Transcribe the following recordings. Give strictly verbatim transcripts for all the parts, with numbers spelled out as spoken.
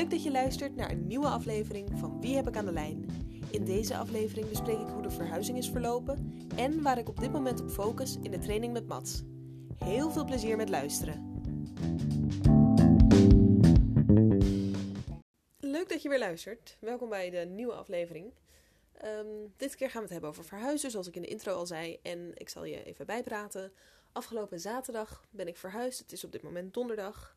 Leuk dat je luistert naar een nieuwe aflevering van Wie heb ik aan de lijn. In deze aflevering bespreek ik hoe de verhuizing is verlopen en waar ik op dit moment op focus in de training met Mats. Heel veel plezier met luisteren. Leuk dat je weer luistert. Welkom bij de nieuwe aflevering. Um, dit keer gaan we het hebben over verhuizen, zoals ik in de intro al zei. En ik zal je even bijpraten. Afgelopen zaterdag ben ik verhuisd. Het is op dit moment donderdag.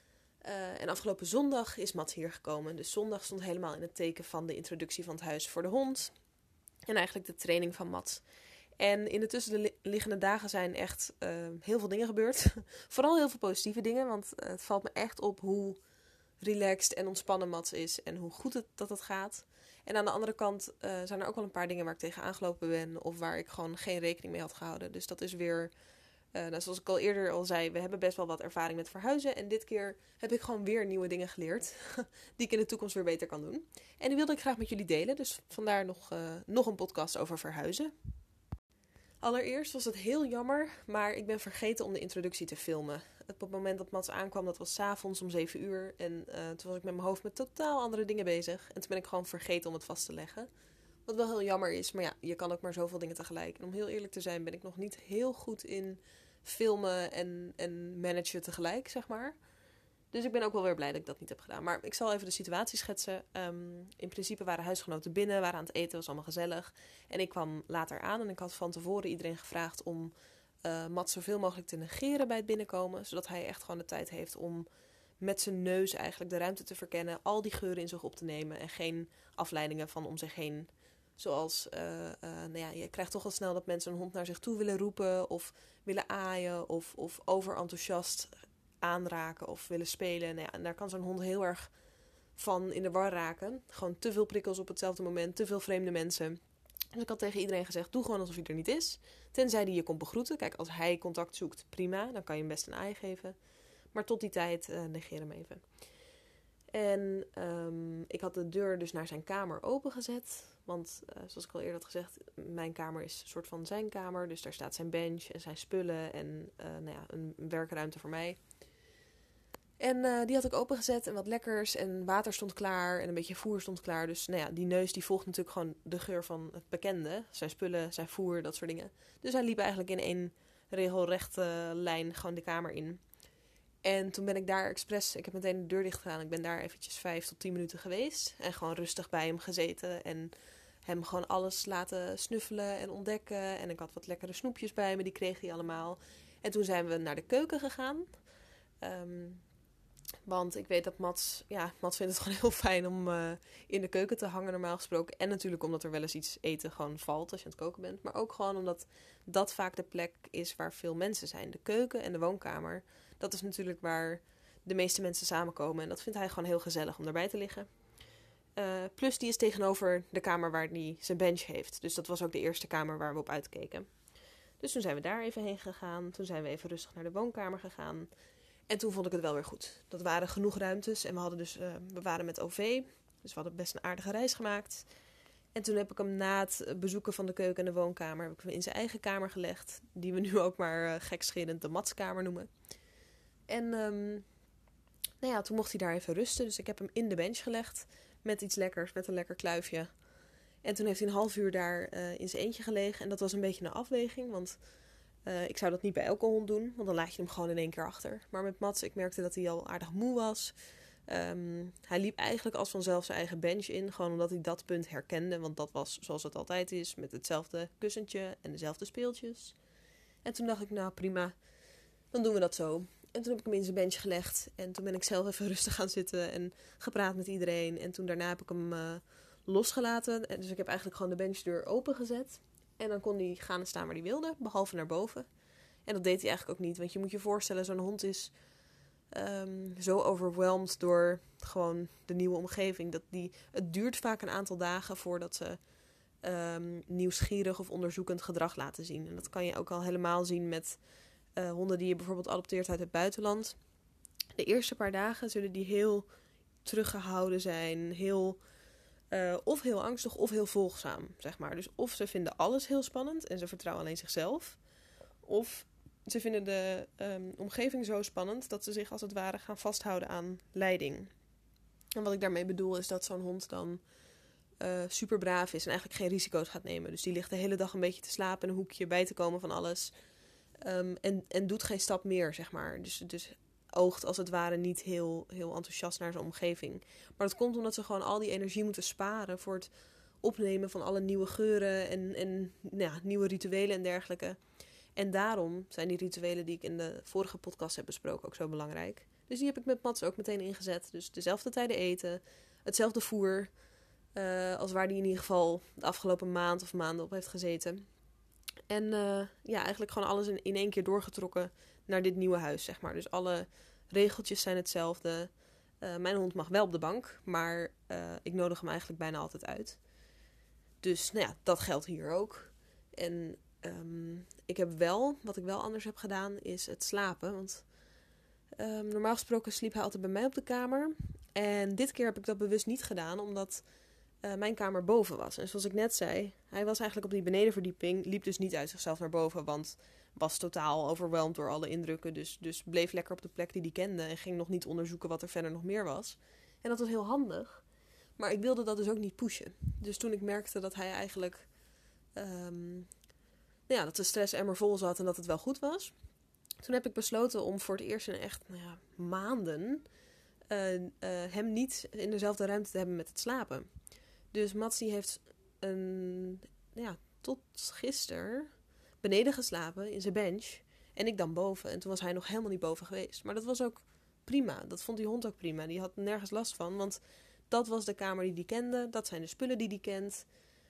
Uh, en afgelopen zondag is Mats hier gekomen. Dus zondag stond helemaal in het teken van de introductie van het huis voor de hond. En eigenlijk de training van Mats. En in de tussenliggende dagen zijn echt uh, heel veel dingen gebeurd. Vooral heel veel positieve dingen. Want uh, het valt me echt op hoe relaxed en ontspannen Mats is. En hoe goed het, dat het gaat. En aan de andere kant uh, zijn er ook wel een paar dingen waar ik tegen aangelopen ben. Of waar ik gewoon geen rekening mee had gehouden. Dus dat is weer... Uh, nou, zoals ik al eerder al zei, we hebben best wel wat ervaring met verhuizen. En dit keer heb ik gewoon weer nieuwe dingen geleerd. Die ik in de toekomst weer beter kan doen. En die wilde ik graag met jullie delen. Dus vandaar nog, uh, nog een podcast over verhuizen. Allereerst was het heel jammer, maar ik ben vergeten om de introductie te filmen. Op het moment dat Mats aankwam, dat was 's avonds om zeven uur. En uh, toen was ik met mijn hoofd met totaal andere dingen bezig. En toen ben ik gewoon vergeten om het vast te leggen. Wat wel heel jammer is, maar ja, je kan ook maar zoveel dingen tegelijk. En om heel eerlijk te zijn ben ik nog niet heel goed in filmen en, en managen tegelijk, zeg maar. Dus ik ben ook wel weer blij dat ik dat niet heb gedaan. Maar ik zal even de situatie schetsen. Um, in principe waren huisgenoten binnen, waren aan het eten, was allemaal gezellig. En ik kwam later aan en ik had van tevoren iedereen gevraagd om uh, Mats zoveel mogelijk te negeren bij het binnenkomen. Zodat hij echt gewoon de tijd heeft om met zijn neus eigenlijk de ruimte te verkennen. Al die geuren in zich op te nemen en geen afleidingen van om zich heen. Zoals, uh, uh, nou ja, je krijgt toch al snel dat mensen een hond naar zich toe willen roepen of willen aaien of, of overenthousiast aanraken of willen spelen. Nou ja, en daar kan zo'n hond heel erg van in de war raken. Gewoon te veel prikkels op hetzelfde moment, te veel vreemde mensen. Dus ik had tegen iedereen gezegd, doe gewoon alsof hij er niet is. Tenzij hij je komt begroeten. Kijk, als hij contact zoekt, prima, dan kan je hem best een aai geven. Maar tot die tijd uh, negeer hem even. En um, ik had de deur dus naar zijn kamer opengezet. Want uh, zoals ik al eerder had gezegd, mijn kamer is een soort van zijn kamer. Dus daar staat zijn bench en zijn spullen en uh, nou ja, een werkruimte voor mij. En uh, die had ik opengezet en wat lekkers en water stond klaar en een beetje voer stond klaar. Dus nou ja, die neus die volgt natuurlijk gewoon de geur van het bekende. Zijn spullen, zijn voer, dat soort dingen. Dus hij liep eigenlijk in één regelrechte lijn gewoon de kamer in. En toen ben ik daar expres, ik heb meteen de deur dicht gedaan. Ik ben daar eventjes vijf tot tien minuten geweest. En gewoon rustig bij hem gezeten. En hem gewoon alles laten snuffelen en ontdekken. En ik had wat lekkere snoepjes bij me, die kreeg hij allemaal. En toen zijn we naar de keuken gegaan. Um, want ik weet dat Mats, ja, Mats vindt het gewoon heel fijn om uh, in de keuken te hangen normaal gesproken. En natuurlijk omdat er wel eens iets eten gewoon valt als je aan het koken bent. Maar ook gewoon omdat dat vaak de plek is waar veel mensen zijn. De keuken en de woonkamer. Dat is natuurlijk waar de meeste mensen samenkomen. En dat vindt hij gewoon heel gezellig om daarbij te liggen. Uh, plus die is tegenover de kamer waar hij zijn bench heeft. Dus dat was ook de eerste kamer waar we op uitkeken. Dus toen zijn we daar even heen gegaan. Toen zijn we even rustig naar de woonkamer gegaan. En toen vond ik het wel weer goed. Dat waren genoeg ruimtes. En we, hadden dus, uh, we waren met O V. Dus we hadden best een aardige reis gemaakt. En toen heb ik hem na het bezoeken van de keuken en de woonkamer... heb ik hem in zijn eigen kamer gelegd. Die we nu ook maar uh, gekscherend de Matskamer noemen. En um, nou ja, toen mocht hij daar even rusten. Dus ik heb hem in de bench gelegd met iets lekkers, met een lekker kluifje. En toen heeft hij een half uur daar uh, in zijn eentje gelegen. En dat was een beetje een afweging, want uh, ik zou dat niet bij elke hond doen. Want dan laat je hem gewoon in één keer achter. Maar met Mats, ik merkte dat hij al aardig moe was. Um, hij liep eigenlijk als vanzelf zijn eigen bench in. Gewoon omdat hij dat punt herkende. Want dat was zoals het altijd is, met hetzelfde kussentje en dezelfde speeltjes. En toen dacht ik, nou prima, dan doen we dat zo. En toen heb ik hem in zijn bench gelegd. En toen ben ik zelf even rustig gaan zitten en gepraat met iedereen. En toen daarna heb ik hem uh, losgelaten. En dus ik heb eigenlijk gewoon de benchdeur opengezet. En dan kon hij gaan en staan waar hij wilde, behalve naar boven. En dat deed hij eigenlijk ook niet. Want je moet je voorstellen, zo'n hond is um, zo overweldigd door gewoon de nieuwe omgeving. Dat die, het duurt vaak een aantal dagen voordat ze um, nieuwsgierig of onderzoekend gedrag laten zien. En dat kan je ook al helemaal zien met Uh, honden die je bijvoorbeeld adopteert uit het buitenland. De eerste paar dagen zullen die heel teruggehouden zijn. Heel, uh, of heel angstig of heel volgzaam, zeg maar. Dus of ze vinden alles heel spannend en ze vertrouwen alleen zichzelf. Of ze vinden de um, omgeving zo spannend dat ze zich als het ware gaan vasthouden aan leiding. En wat ik daarmee bedoel is dat zo'n hond dan uh, super braaf is en eigenlijk geen risico's gaat nemen. Dus die ligt de hele dag een beetje te slapen in een hoekje, bij te komen van alles. Um, en, en doet geen stap meer, zeg maar. Dus, dus oogt als het ware niet heel, heel enthousiast naar zijn omgeving. Maar dat komt omdat ze gewoon al die energie moeten sparen voor het opnemen van alle nieuwe geuren en, en nou ja, nieuwe rituelen en dergelijke. En daarom zijn die rituelen die ik in de vorige podcast heb besproken ook zo belangrijk. Dus die heb ik met Mats ook meteen ingezet. Dus dezelfde tijden eten, hetzelfde voer, uh, als waar die in ieder geval de afgelopen maand of maanden op heeft gezeten. En uh, ja, eigenlijk gewoon alles in, in één keer doorgetrokken naar dit nieuwe huis, zeg maar. Dus alle regeltjes zijn hetzelfde. Uh, mijn hond mag wel op de bank, maar uh, ik nodig hem eigenlijk bijna altijd uit. Dus nou ja, dat geldt hier ook. En um, ik heb wel, wat ik wel anders heb gedaan, is het slapen. Want um, normaal gesproken sliep hij altijd bij mij op de kamer. En dit keer heb ik dat bewust niet gedaan, omdat uh, mijn kamer boven was. En zoals ik net zei, hij was eigenlijk op die benedenverdieping, liep dus niet uit zichzelf naar boven, want was totaal overweldigd door alle indrukken. Dus, dus bleef lekker op de plek die hij kende en ging nog niet onderzoeken wat er verder nog meer was. En dat was heel handig. Maar ik wilde dat dus ook niet pushen. Dus toen ik merkte dat hij eigenlijk Um, nou ja, dat de stressemmer vol zat en dat het wel goed was. Toen heb ik besloten om voor het eerst in echt nou ja, maanden uh, uh, hem niet in dezelfde ruimte te hebben met het slapen. Dus Mats die heeft een, nou ja, tot gisteren beneden geslapen in zijn bench. En ik dan boven. En toen was hij nog helemaal niet boven geweest. Maar dat was ook prima. Dat vond die hond ook prima. Die had nergens last van. Want dat was de kamer die hij kende. Dat zijn de spullen die hij kent.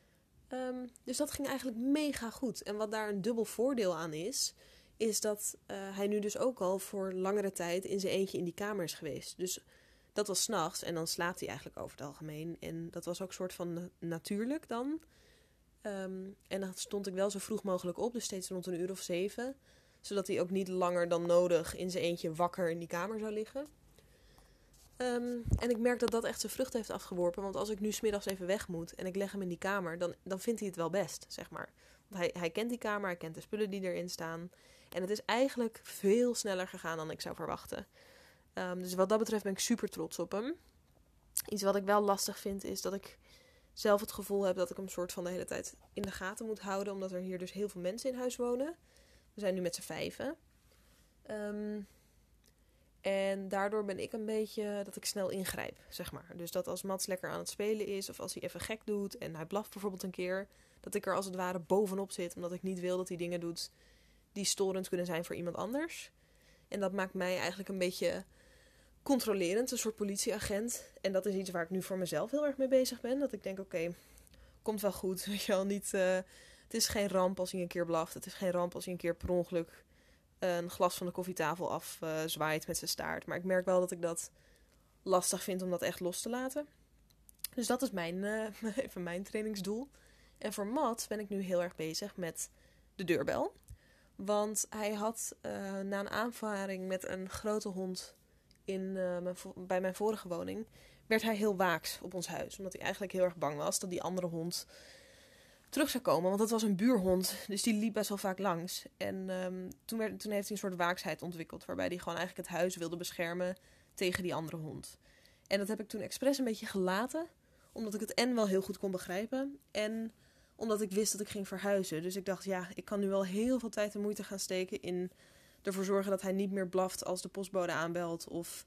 Um, dus dat ging eigenlijk mega goed. En wat daar een dubbel voordeel aan is, is dat uh, hij nu dus ook al voor langere tijd in zijn eentje in die kamer is geweest. Dus dat was 's nachts en dan slaapt hij eigenlijk over het algemeen. En dat was ook een soort van natuurlijk dan. Um, en dan stond ik wel zo vroeg mogelijk op, dus steeds rond een uur of zeven. Zodat hij ook niet langer dan nodig in zijn eentje wakker in die kamer zou liggen. Um, en ik merk dat dat echt zijn vrucht heeft afgeworpen. Want als ik nu 's middags even weg moet en ik leg hem in die kamer, dan, dan vindt hij het wel best, zeg maar. Want hij, hij kent die kamer, hij kent de spullen die erin staan. En het is eigenlijk veel sneller gegaan dan ik zou verwachten. Um, dus wat dat betreft ben ik super trots op hem. Iets wat ik wel lastig vind is dat ik zelf het gevoel heb dat ik hem soort van de hele tijd in de gaten moet houden. Omdat er hier dus heel veel mensen in huis wonen. We zijn nu met z'n vijven. Um, En daardoor ben ik een beetje dat ik snel ingrijp, zeg maar. Dus dat als Mats lekker aan het spelen is of als hij even gek doet en hij blaft bijvoorbeeld een keer, dat ik er als het ware bovenop zit, omdat ik niet wil dat hij dingen doet die storend kunnen zijn voor iemand anders. En dat maakt mij eigenlijk een beetje controlerend, een soort politieagent. En dat is iets waar ik nu voor mezelf heel erg mee bezig ben. Dat ik denk, oké, okay, komt wel goed, weet je wel. Niet, uh, het is geen ramp als hij een keer blaft. Het is geen ramp als hij een keer per ongeluk een glas van de koffietafel af uh, zwaait met zijn staart. Maar ik merk wel dat ik dat lastig vind om dat echt los te laten. Dus dat is mijn, uh, even mijn trainingsdoel. En voor Mats ben ik nu heel erg bezig met de deurbel. Want hij had uh, na een aanvaring met een grote hond in, uh, mijn vo- bij mijn vorige woning, werd hij heel waaks op ons huis. Omdat hij eigenlijk heel erg bang was dat die andere hond terug zou komen. Want dat was een buurhond, dus die liep best wel vaak langs. En um, toen, werd, toen heeft hij een soort waaksheid ontwikkeld, waarbij hij gewoon eigenlijk het huis wilde beschermen tegen die andere hond. En dat heb ik toen expres een beetje gelaten, omdat ik het en wel heel goed kon begrijpen en omdat ik wist dat ik ging verhuizen. Dus ik dacht, ja, ik kan nu wel heel veel tijd en moeite gaan steken in ervoor zorgen dat hij niet meer blaft als de postbode aanbelt of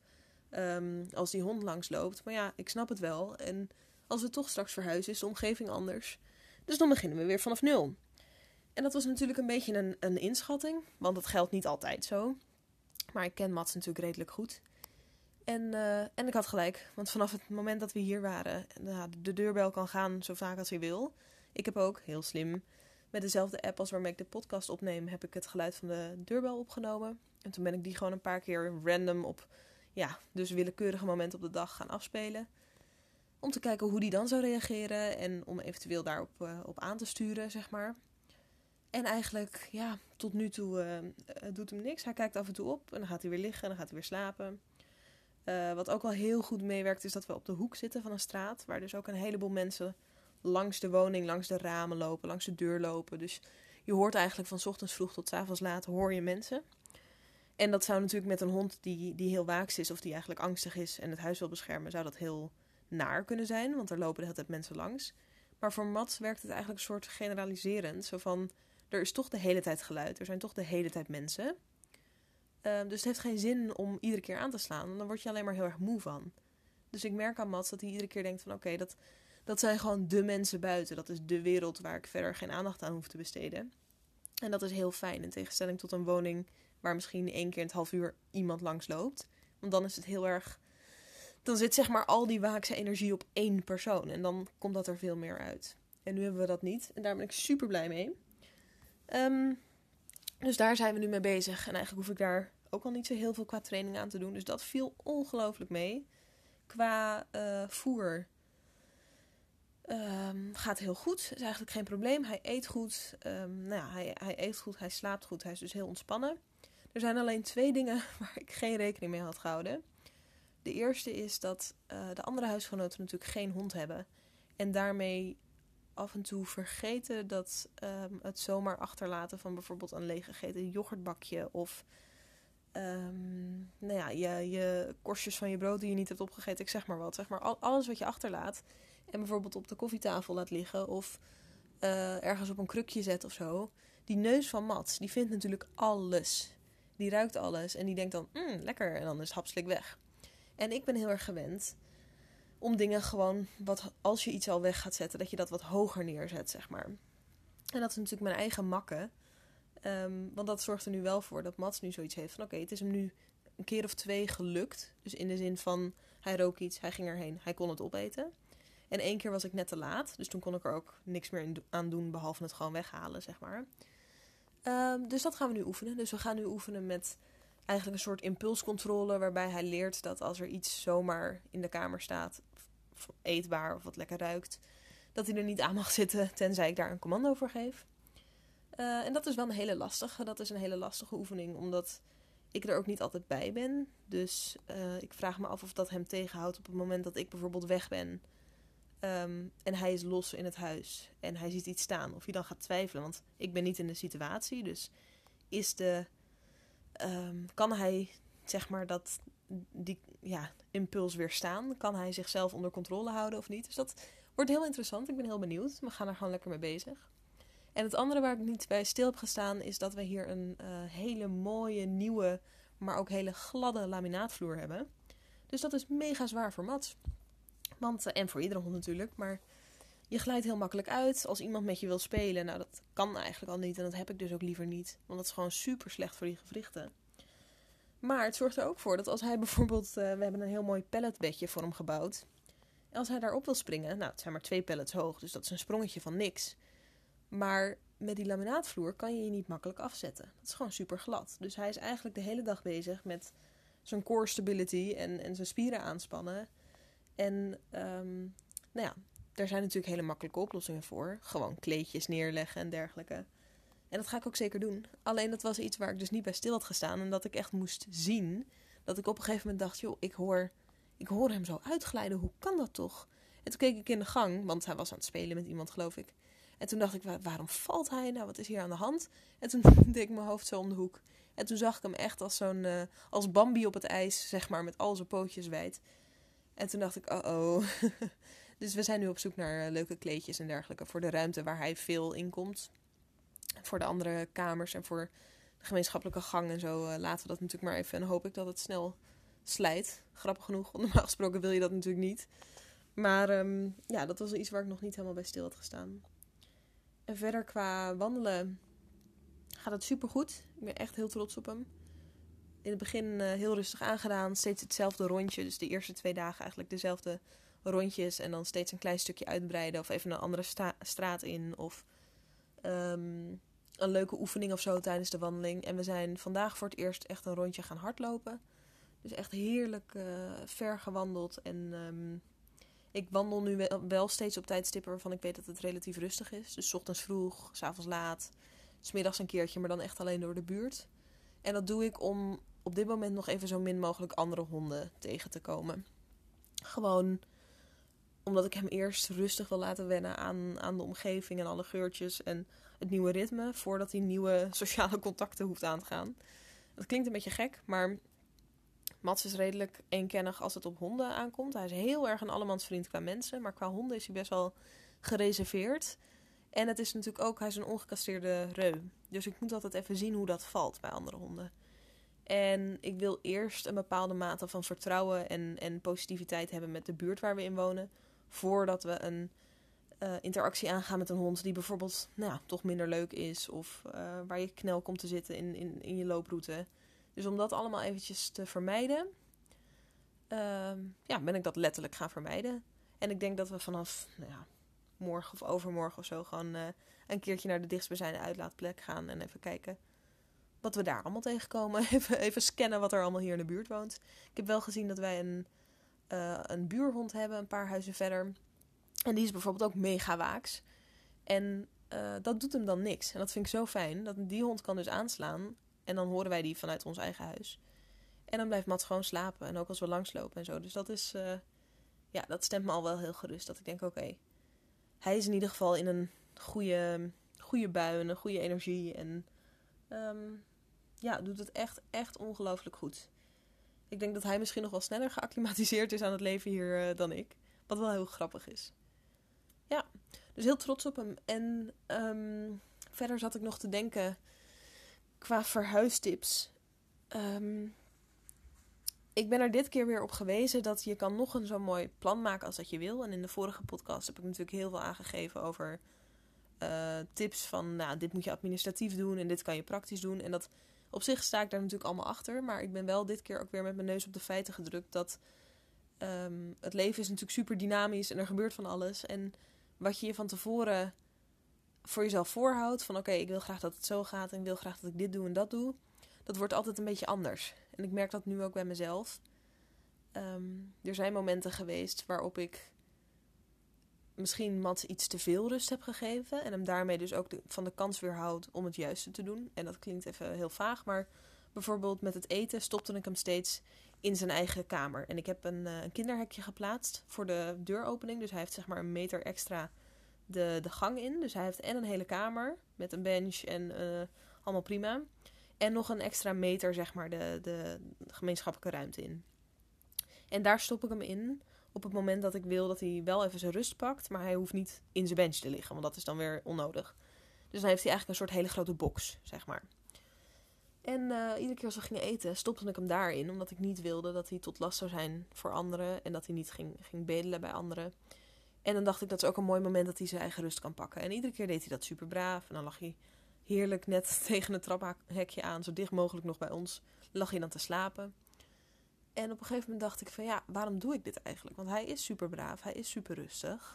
um, als die hond langsloopt. Maar ja, ik snap het wel. En als we toch straks verhuizen, is de omgeving anders. Dus dan beginnen we weer vanaf nul. En dat was natuurlijk een beetje een, een inschatting, want dat geldt niet altijd zo. Maar ik ken Mats natuurlijk redelijk goed. En, uh, en ik had gelijk, want vanaf het moment dat we hier waren, nou, de deurbel kan gaan zo vaak als hij wil. Ik heb ook, heel slim, met dezelfde app als waarmee ik de podcast opneem, heb ik het geluid van de deurbel opgenomen. En toen ben ik die gewoon een paar keer random op, ja, dus willekeurige momenten op de dag gaan afspelen. Om te kijken hoe die dan zou reageren en om eventueel daarop uh, op aan te sturen, zeg maar. En eigenlijk, ja, tot nu toe uh, uh, doet hem niks. Hij kijkt af en toe op en dan gaat hij weer liggen en dan gaat hij weer slapen. Uh, wat ook wel heel goed meewerkt is dat we op de hoek zitten van een straat, waar dus ook een heleboel mensen langs de woning, langs de ramen lopen, langs de deur lopen. Dus je hoort eigenlijk van 's ochtends vroeg tot 's avonds laat hoor je mensen. En dat zou natuurlijk met een hond die, die heel waaks is of die eigenlijk angstig is en het huis wil beschermen, zou dat heel naar kunnen zijn, want er lopen de hele tijd mensen langs. Maar voor Mats werkt het eigenlijk een soort generaliserend. Zo van, er is toch de hele tijd geluid, er zijn toch de hele tijd mensen. Uh, dus het heeft geen zin om iedere keer aan te slaan, want dan word je alleen maar heel erg moe van. Dus ik merk aan Mats dat hij iedere keer denkt van oké, okay, dat, dat zijn gewoon de mensen buiten. Dat is de wereld waar ik verder geen aandacht aan hoef te besteden. En dat is heel fijn, in tegenstelling tot een woning waar misschien één keer in het half uur iemand langs loopt. Want dan is het heel erg... Dan zit zeg maar al die waakse energie op één persoon. En dan komt dat er veel meer uit. En nu hebben we dat niet. En daar ben ik super blij mee. Um, dus daar zijn we nu mee bezig. En eigenlijk hoef ik daar ook al niet zo heel veel qua training aan te doen. Dus dat viel ongelooflijk mee. Qua uh, voer um, gaat heel goed. Is eigenlijk geen probleem. Hij eet goed. Um, nou ja, hij, hij eet goed. Hij slaapt goed. Hij is dus heel ontspannen. Er zijn alleen twee dingen waar ik geen rekening mee had gehouden. De eerste is dat uh, de andere huisgenoten natuurlijk geen hond hebben. En daarmee af en toe vergeten dat um, het zomaar achterlaten van bijvoorbeeld een leeggegeten yoghurtbakje. Of um, nou ja, je, je korstjes van je brood die je niet hebt opgegeten. Ik zeg maar wat. Zeg maar al, alles wat je achterlaat. En bijvoorbeeld op de koffietafel laat liggen. Of uh, ergens op een krukje zet of zo. Die neus van Mats, die vindt natuurlijk alles. Die ruikt alles. En die denkt dan, mm, lekker. En dan is het hapslik weg. En ik ben heel erg gewend om dingen gewoon, wat, als je iets al weg gaat zetten, dat je dat wat hoger neerzet, zeg maar. En dat is natuurlijk mijn eigen makke. Um, want dat zorgt er nu wel voor dat Mats nu zoiets heeft van, oké, okay, het is hem nu een keer of twee gelukt. Dus in de zin van, hij rook iets, hij ging erheen, hij kon het opeten. En één keer was ik net te laat, dus toen kon ik er ook niks meer aan doen, behalve het gewoon weghalen, zeg maar. Um, dus dat gaan we nu oefenen. Dus we gaan nu oefenen met eigenlijk een soort impulscontrole, waarbij hij leert dat als er iets zomaar in de kamer staat, eetbaar of wat lekker ruikt, dat hij er niet aan mag zitten, tenzij ik daar een commando voor geef. Uh, en dat is wel een hele lastige. Dat is een hele lastige oefening, omdat ik er ook niet altijd bij ben. Dus uh, ik vraag me af of dat hem tegenhoudt op het moment dat ik bijvoorbeeld weg ben. Um, en hij is los in het huis en hij ziet iets staan. Of hij dan gaat twijfelen, want ik ben niet in de situatie. Dus is de... Um, kan hij, zeg maar, dat, die ja, impuls weerstaan? Kan hij zichzelf onder controle houden of niet? Dus dat wordt heel interessant. Ik ben heel benieuwd. We gaan er gewoon lekker mee bezig. En het andere waar ik niet bij stil heb gestaan, is dat we hier een uh, hele mooie, nieuwe, maar ook hele gladde laminaatvloer hebben. Dus dat is mega zwaar voor Mats. Want, uh, en voor iedere hond natuurlijk, maar je glijdt heel makkelijk uit. Als iemand met je wil spelen, nou dat kan eigenlijk al niet. En dat heb ik dus ook liever niet. Want dat is gewoon super slecht voor die gewrichten. Maar het zorgt er ook voor dat als hij bijvoorbeeld... Uh, we hebben een heel mooi palletbedje voor hem gebouwd. En als hij daarop wil springen... Nou, het zijn maar twee pallets hoog, dus dat is een sprongetje van niks. Maar met die laminaatvloer kan je je niet makkelijk afzetten. Dat is gewoon super glad. Dus hij is eigenlijk de hele dag bezig met zijn core stability en, en zijn spieren aanspannen. En um, nou ja, daar zijn natuurlijk hele makkelijke oplossingen voor. Gewoon kleedjes neerleggen en dergelijke. En dat ga ik ook zeker doen. Alleen dat was iets waar ik dus niet bij stil had gestaan. En dat ik echt moest zien. Dat ik op een gegeven moment dacht, joh, ik hoor, ik hoor hem zo uitglijden. Hoe kan dat toch? En toen keek ik in de gang, want hij was aan het spelen met iemand, geloof ik. En toen dacht ik, waarom valt hij? Nou, wat is hier aan de hand? En toen deed ik mijn hoofd zo om de hoek. En toen zag ik hem echt als zo'n, uh, als Bambi op het ijs, zeg maar, met al zijn pootjes wijd. En toen dacht ik, oh oh. Dus we zijn nu op zoek naar uh, leuke kleedjes en dergelijke voor de ruimte waar hij veel in komt. Voor de andere kamers en voor de gemeenschappelijke gang en zo uh, laten we dat natuurlijk maar even. En hoop ik dat het snel slijt. Grappig genoeg, want normaal gesproken wil je dat natuurlijk niet. Maar um, ja, dat was iets waar ik nog niet helemaal bij stil had gestaan. En verder qua wandelen gaat het supergoed. Ik ben echt heel trots op hem. In het begin uh, heel rustig aangedaan. Steeds hetzelfde rondje. Dus de eerste twee dagen eigenlijk dezelfde rondjes. En dan steeds een klein stukje uitbreiden. Of even een andere sta- straat in. Of um, een leuke oefening of zo tijdens de wandeling. En we zijn vandaag voor het eerst echt een rondje gaan hardlopen. Dus echt heerlijk uh, ver gewandeld. En um, ik wandel nu wel, wel steeds op tijdstippen waarvan ik weet dat het relatief rustig is. Dus 's ochtends vroeg, 's avonds laat. 's middags een keertje, maar dan echt alleen door de buurt. En dat doe ik om op dit moment nog even zo min mogelijk andere honden tegen te komen. Gewoon omdat ik hem eerst rustig wil laten wennen aan, aan de omgeving en alle geurtjes en het nieuwe ritme, voordat hij nieuwe sociale contacten hoeft aan te gaan. Dat klinkt een beetje gek, maar Mats is redelijk eenkennig als het op honden aankomt. Hij is heel erg een allemansvriend qua mensen, maar qua honden is hij best wel gereserveerd. En het is natuurlijk ook, hij is een ongecastreerde reu. Dus ik moet altijd even zien hoe dat valt bij andere honden. En ik wil eerst een bepaalde mate van vertrouwen en, en positiviteit hebben met de buurt waar we in wonen. Voordat we een uh, interactie aangaan met een hond die bijvoorbeeld nou, toch minder leuk is. Of uh, waar je knel komt te zitten in, in, in je looproute. Dus om dat allemaal eventjes te vermijden, uh, ja, ben ik dat letterlijk gaan vermijden. En ik denk dat we vanaf nou ja, morgen of overmorgen of zo gewoon uh, een keertje naar de dichtstbijzijnde uitlaatplek gaan. En even kijken wat we daar allemaal tegenkomen. Even, even scannen wat er allemaal hier in de buurt woont. Ik heb wel gezien dat wij een, uh, een buurhond hebben, een paar huizen verder. En die is bijvoorbeeld ook mega waaks. En uh, dat doet hem dan niks. En dat vind ik zo fijn. Dat die hond kan dus aanslaan. En dan horen wij die vanuit ons eigen huis. En dan blijft Mats gewoon slapen. En ook als we langslopen en zo. Dus dat is, uh, ja, dat stemt me al wel heel gerust. Dat ik denk, oké, okay, hij is in ieder geval in een goede, goede bui. En een goede energie. En um, ja, doet het echt, echt ongelooflijk goed. Ik denk dat hij misschien nog wel sneller geacclimatiseerd is aan het leven hier uh, dan ik. Wat wel heel grappig is. Ja, dus heel trots op hem. En um, verder zat ik nog te denken qua verhuistips. Um, ik ben er dit keer weer op gewezen dat je kan nog een zo'n mooi plan maken als dat je wil. En in de vorige podcast heb ik natuurlijk heel veel aangegeven over uh, tips van, nou, dit moet je administratief doen en dit kan je praktisch doen. En dat op zich sta ik daar natuurlijk allemaal achter. Maar ik ben wel dit keer ook weer met mijn neus op de feiten gedrukt dat um, het leven is natuurlijk super dynamisch en er gebeurt van alles. En wat je je van tevoren voor jezelf voorhoudt, van oké, okay, ik wil graag dat het zo gaat en ik wil graag dat ik dit doe en dat doe, dat wordt altijd een beetje anders. En ik merk dat nu ook bij mezelf. Um, er zijn momenten geweest waarop ik misschien Mats iets te veel rust heb gegeven en hem daarmee dus ook de, van de kans weerhoud om het juiste te doen. En dat klinkt even heel vaag, maar bijvoorbeeld met het eten stopte ik hem steeds in zijn eigen kamer. En ik heb een, uh, een kinderhekje geplaatst voor de deuropening, dus hij heeft zeg maar een meter extra de, de gang in. Dus hij heeft en een hele kamer met een bench en uh, allemaal prima. En nog een extra meter, zeg maar, de, de gemeenschappelijke ruimte in. En daar stop ik hem in op het moment dat ik wil dat hij wel even zijn rust pakt. Maar hij hoeft niet in zijn bench te liggen, want dat is dan weer onnodig. Dus dan heeft hij eigenlijk een soort hele grote box, zeg maar. En uh, iedere keer als we gingen eten, stopte ik hem daarin. Omdat ik niet wilde dat hij tot last zou zijn voor anderen. En dat hij niet ging, ging bedelen bij anderen. En dan dacht ik, dat is ook een mooi moment dat hij zijn eigen rust kan pakken. En iedere keer deed hij dat super braaf. En dan lag hij heerlijk net tegen het traphekje aan, zo dicht mogelijk nog bij ons, lag hij dan te slapen. En op een gegeven moment dacht ik van ja, waarom doe ik dit eigenlijk? Want hij is super braaf, hij is super rustig.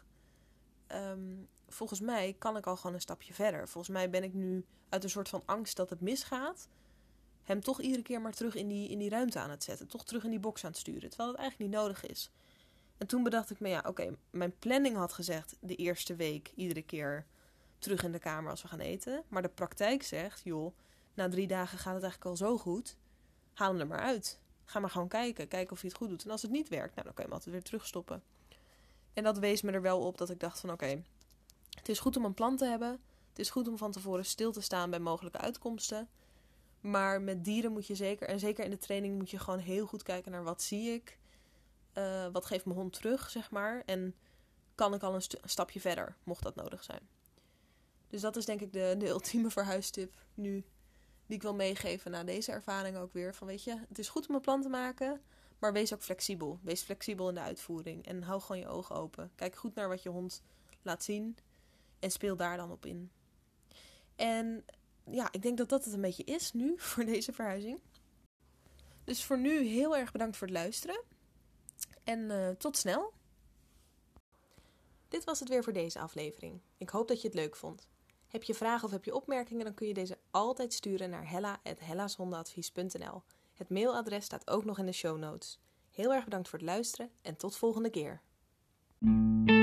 Um, volgens mij kan ik al gewoon een stapje verder. Volgens mij ben ik nu uit een soort van angst dat het misgaat, hem toch iedere keer maar terug in die, in die ruimte aan het zetten. Toch terug in die box aan het sturen, terwijl het eigenlijk niet nodig is. En toen bedacht ik me, ja, oké, okay, mijn planning had gezegd de eerste week iedere keer terug in de kamer als we gaan eten. Maar de praktijk zegt, joh, na drie dagen gaat het eigenlijk al zo goed. Haal hem er maar uit. Ga maar gewoon kijken. Kijken of hij het goed doet. En als het niet werkt, nou, dan kan je hem altijd weer terugstoppen. En dat wees me er wel op dat ik dacht van, oké, okay, het is goed om een plan te hebben. Het is goed om van tevoren stil te staan bij mogelijke uitkomsten. Maar met dieren moet je zeker, en zeker in de training moet je gewoon heel goed kijken naar wat zie ik. Uh, wat geeft mijn hond terug, zeg maar. En kan ik al een, st- een stapje verder, mocht dat nodig zijn. Dus dat is denk ik de, de ultieme verhuistip nu, die ik wil meegeven na deze ervaring ook weer. Van weet je, het is goed om een plan te maken, maar wees ook flexibel. Wees flexibel in de uitvoering en hou gewoon je ogen open. Kijk goed naar wat je hond laat zien en speel daar dan op in. En ja, ik denk dat dat het een beetje is nu voor deze verhuizing. Dus voor nu heel erg bedankt voor het luisteren. En uh, tot snel. Dit was het weer voor deze aflevering. Ik hoop dat je het leuk vond. Heb je vragen of heb je opmerkingen, dan kun je deze altijd sturen naar hella at hellashondenadvies punt n l. Het mailadres staat ook nog in de show notes. Heel erg bedankt voor het luisteren en tot volgende keer.